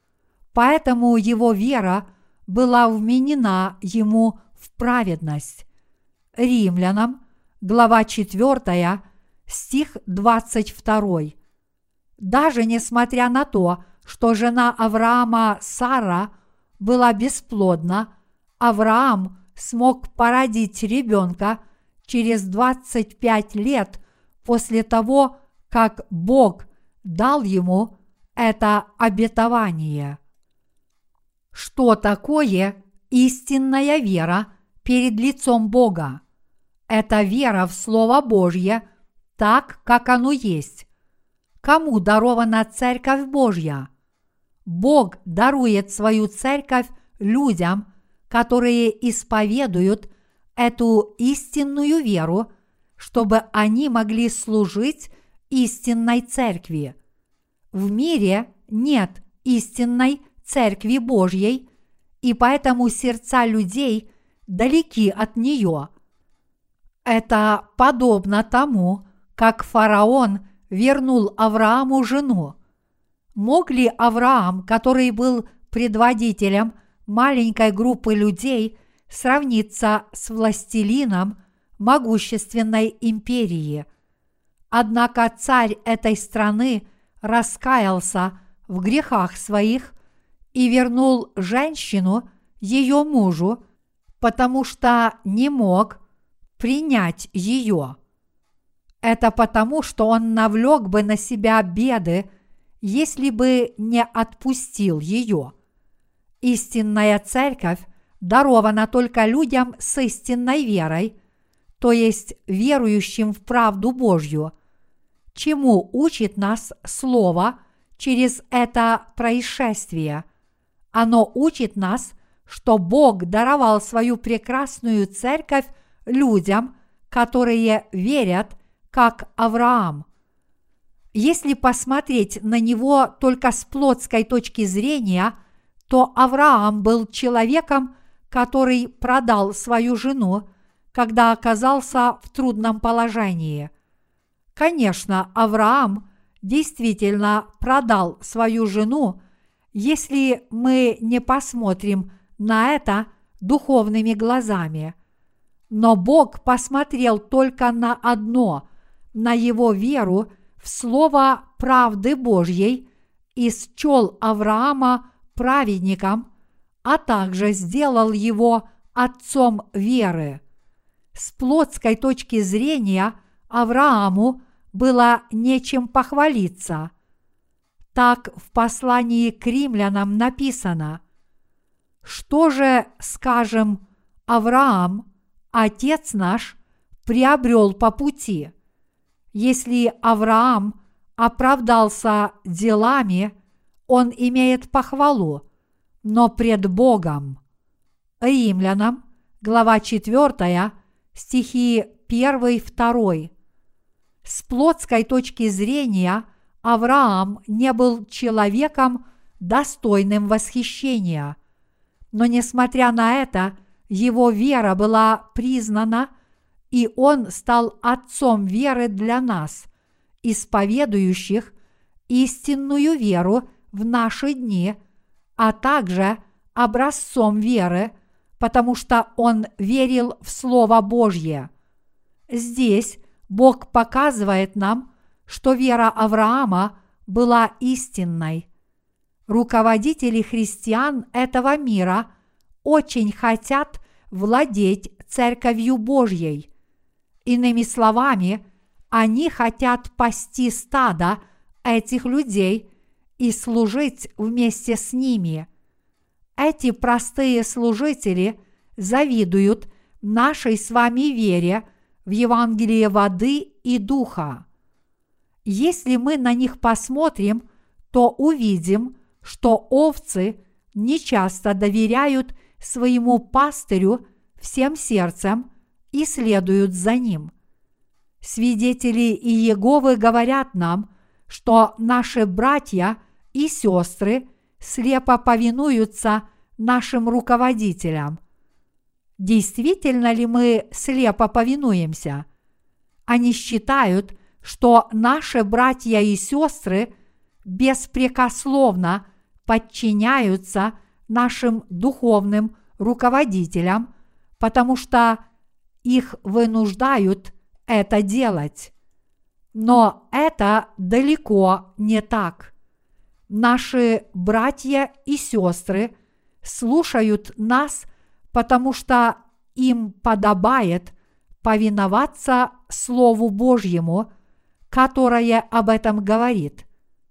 Поэтому его вера была вменена ему в праведность. Римлянам, глава четвертая, стих двадцать второй. Даже несмотря на то, что жена Авраама Сара была бесплодна, Авраам смог породить ребенка через двадцать пять лет после того, как Бог дал ему это обетование. Что такое истинная вера перед лицом Бога? Это вера в Слово Божье так, как оно есть. Кому дарована Церковь Божья? Бог дарует свою Церковь людям, которые исповедуют эту истинную веру, чтобы они могли служить истинной Церкви. В мире нет истинной Церкви Божьей, и поэтому сердца людей далеки от нее. Это подобно тому, как фараон вернул Аврааму жену. Мог ли Авраам, который был предводителем маленькой группы людей, сравниться с властелином могущественной империи? Однако царь этой страны раскаялся в грехах своих и вернул женщину ее мужу, потому что не мог принять ее. Это потому, что он навлек бы на себя беды, если бы не отпустил ее. Истинная Церковь дарована только людям с истинной верой, то есть верующим в правду Божью. Чему учит нас Слово через это происшествие? Оно учит нас, что Бог даровал свою прекрасную Церковь людям, которые верят, как Авраам. Если посмотреть на него только с плотской точки зрения, то Авраам был человеком, который продал свою жену, когда оказался в трудном положении. Конечно, Авраам действительно продал свою жену, если мы не посмотрим на это духовными глазами. Но Бог посмотрел только на одно, на его веру в Слово правды Божьей и счел Авраама праведником, а также сделал его отцом веры. С плотской точки зрения Аврааму было нечем похвалиться. Так в послании к римлянам написано: «Что же, скажем, Авраам, отец наш, приобрел по пути? Если Авраам оправдался делами, он имеет похвалу, но пред Богом». Римлянам, глава четвёртая, стихи первый-второй. С плотской точки зрения Авраам не был человеком, достойным восхищения, но, несмотря на это, его вера была признана, и он стал отцом веры для нас, исповедующих истинную веру в наши дни, а также образцом веры, потому что он верил в Слово Божье. Здесь Бог показывает нам, что вера Авраама была истинной. Руководители христиан этого мира очень хотят владеть Церковью Божьей. Иными словами, они хотят пасти стадо этих людей и служить вместе с ними. Эти простые служители завидуют нашей с вами вере в Евангелие воды и духа. Если мы на них посмотрим, то увидим, что овцы нечасто доверяют своему пастырю всем сердцем и следуют за ним. Свидетели Иеговы говорят нам, что наши братья и сестры слепо повинуются нашим руководителям. Действительно ли мы слепо повинуемся? Они считают, что наши братья и сестры беспрекословно подчиняются нашим духовным руководителям, потому что их вынуждают это делать. Но это далеко не так. Наши братья и сестры слушают нас, потому что им подобает повиноваться Слову Божьему, которое об этом говорит.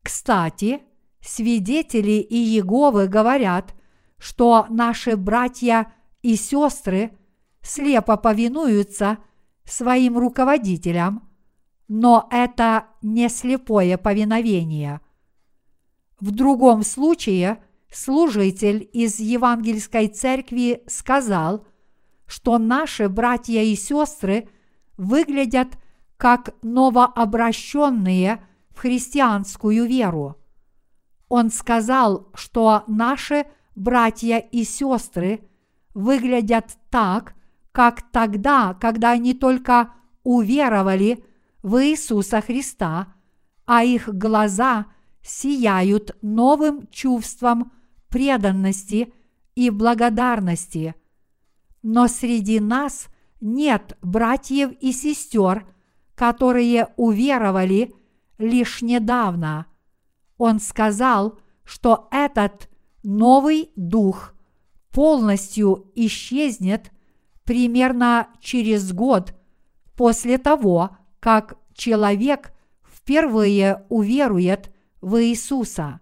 Кстати, свидетели Иеговы говорят, что наши братья и сестры слепо повинуются своим руководителям, но это не слепое повиновение. В другом случае служитель из Евангельской церкви сказал, что наши братья и сестры выглядят как новообращенные в христианскую веру. Он сказал, что наши братья и сестры выглядят так, как тогда, когда они только уверовали в Иисуса Христа, а их глаза сияют новым чувством преданности и благодарности. Но среди нас нет братьев и сестер, которые уверовали лишь недавно. Он сказал, что этот новый дух полностью исчезнет примерно через год после того, как человек впервые уверует в Иисуса.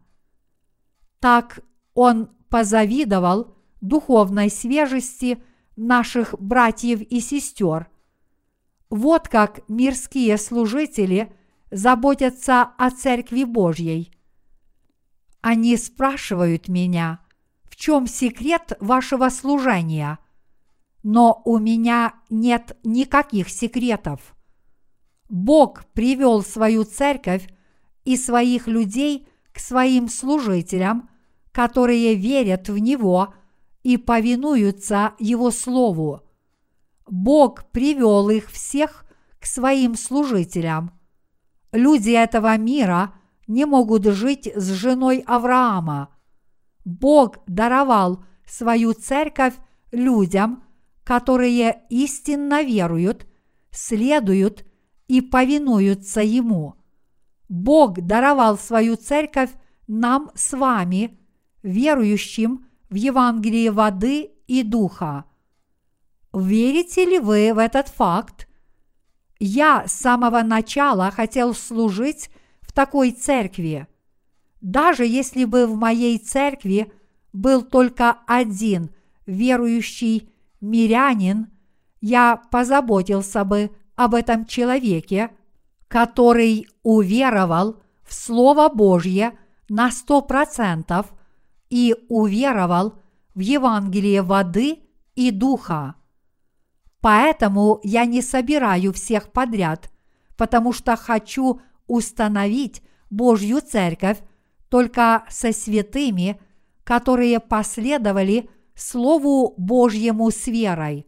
Так он позавидовал духовной свежести наших братьев и сестер. Вот как мирские служители заботятся о Церкви Божьей. Они спрашивают меня, в чем секрет вашего служения? Но у меня нет никаких секретов. Бог привел свою церковь и своих людей к своим служителям, которые верят в Него и повинуются Его Слову. Бог привел их всех к своим служителям. Люди этого мира не могут жить с женой Авраама. Бог даровал свою церковь людям, которые истинно веруют, следуют и повинуются Ему. Бог даровал свою церковь нам с вами, верующим в Евангелие воды и духа. Верите ли вы в этот факт? Я с самого начала хотел служить в такой церкви. Даже если бы в моей церкви был только один верующий мирянин, я позаботился бы об этом человеке, который уверовал в Слово Божье на сто процентов и уверовал в Евангелие воды и духа. Поэтому я не собираю всех подряд, потому что хочу установить Божью церковь только со святыми, которые последовали Слову Божьему с верой.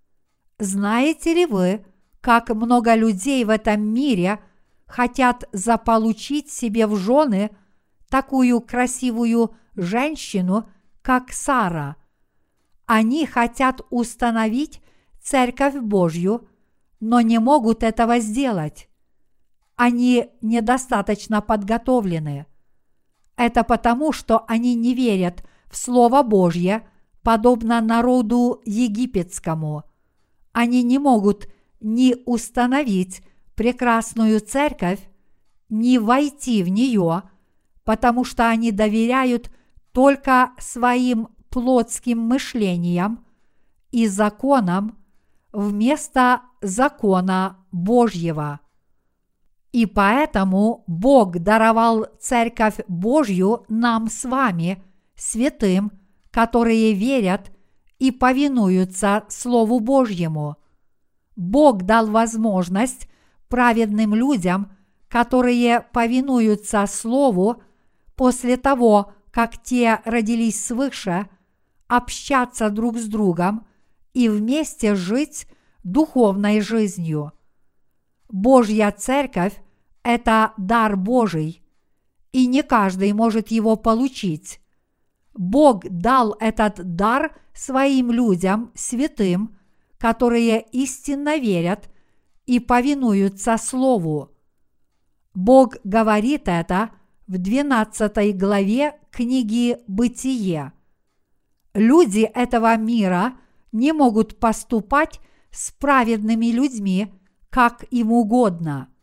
Знаете ли вы, как много людей в этом мире хотят заполучить себе в жены такую красивую женщину, как Сара? Они хотят установить Церковь Божью, но не могут этого сделать. Они недостаточно подготовлены. Это потому, что они не верят в Слово Божье, подобно народу египетскому. Они не могут ни установить прекрасную церковь, ни войти в нее, потому что они доверяют только своим плотским мышлениям и законам вместо закона Божьего. И поэтому Бог даровал Церковь Божью нам с вами, святым, которые верят и повинуются Слову Божьему. Бог дал возможность праведным людям, которые повинуются Слову, после того, как те родились свыше, общаться друг с другом и вместе жить духовной жизнью. Божья Церковь – это дар Божий, и не каждый может его получить. Бог дал этот дар своим людям, святым, которые истинно верят и повинуются Слову. Бог говорит это в двенадцатой главе книги «Бытие». Люди этого мира не могут поступать с праведными людьми, как им угодно.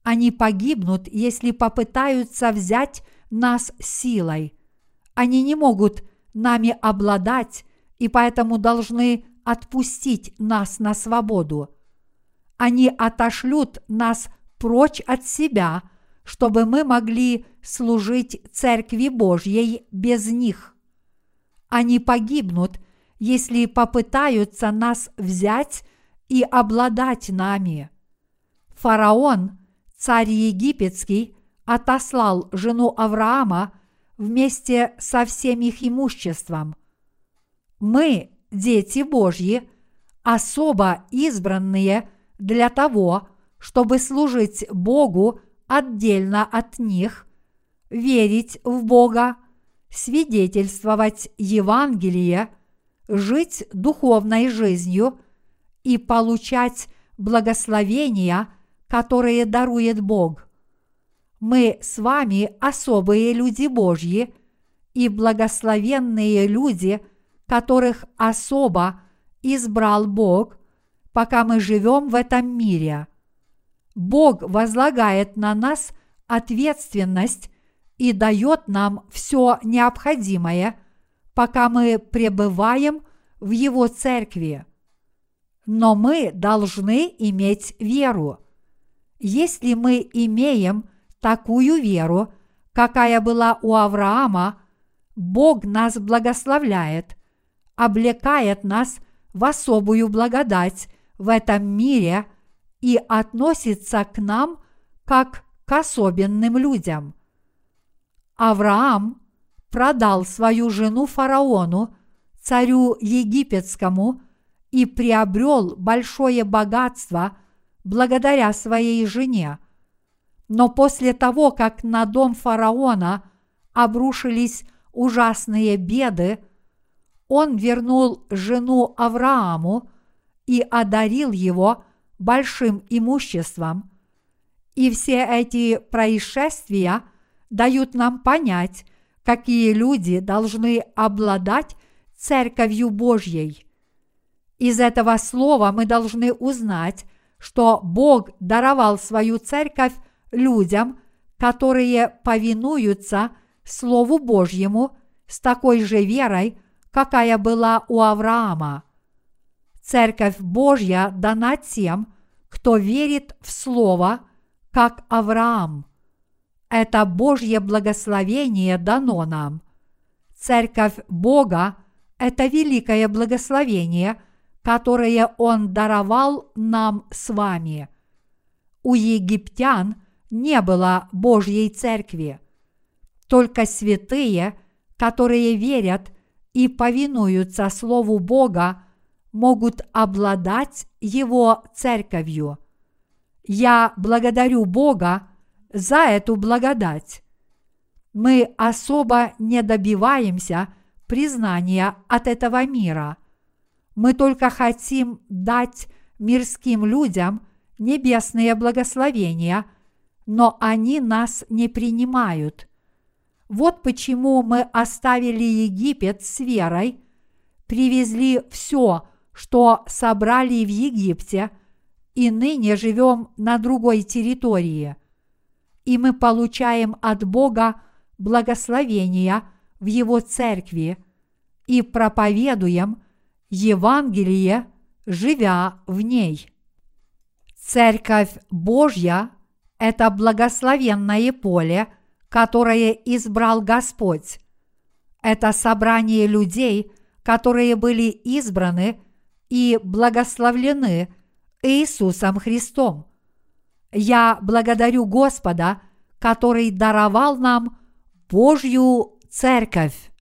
Они погибнут, если попытаются взять нас силой. Они не могут нами обладать, и поэтому должны отпустить нас на свободу. Они отошлют нас прочь от себя, чтобы мы могли служить Церкви Божьей без них. Они погибнут, если попытаются нас взять и обладать нами. Фараон, царь египетский, отослал жену Авраама вместе со всем их имуществом. Мы, дети Божьи, особо избранные для того, чтобы служить Богу отдельно от них, верить в Бога, свидетельствовать Евангелие, жить духовной жизнью и получать благословения, которые дарует Бог. Мы с вами особые люди Божьи и благословенные люди, которых особо избрал Бог, пока мы живем в этом мире. Бог возлагает на нас ответственность и дает нам все необходимое, пока мы пребываем в Его церкви. Но мы должны иметь веру. Если мы имеем такую веру, какая была у Авраама, Бог нас благословляет, облекает нас в особую благодать в этом мире и относится к нам как к особенным людям. Авраам продал свою жену фараону, царю египетскому, и приобрел большое богатство благодаря своей жене. Но после того, как на дом фараона обрушились ужасные беды, он вернул жену Аврааму и одарил его большим имуществом. И все эти происшествия дают нам понять, какие люди должны обладать Церковью Божьей. Из этого слова мы должны узнать, что Бог даровал свою церковь людям, которые повинуются Слову Божьему с такой же верой, какая была у Авраама. Церковь Божья дана тем, кто верит в Слово, как Авраам. Это Божье благословение дано нам. Церковь Бога – это великое благословение, которое Он даровал нам с вами. У египтян не было Божьей церкви. Только святые, которые верят и повинуются Слову Бога, могут обладать Его церковью. Я благодарю Бога за эту благодать. Мы особо не добиваемся признания от этого мира. Мы только хотим дать мирским людям небесные благословения, но они нас не принимают. Вот почему мы оставили Египет с верой, привезли все, что собрали в Египте, и ныне живем на другой территории. И мы получаем от Бога благословения в Его церкви и проповедуем Евангелие, живя в ней. Церковь Божья – это благословенное поле, которое избрал Господь. Это собрание людей, которые были избраны и благословлены Иисусом Христом. Я благодарю Господа, который даровал нам Божью церковь.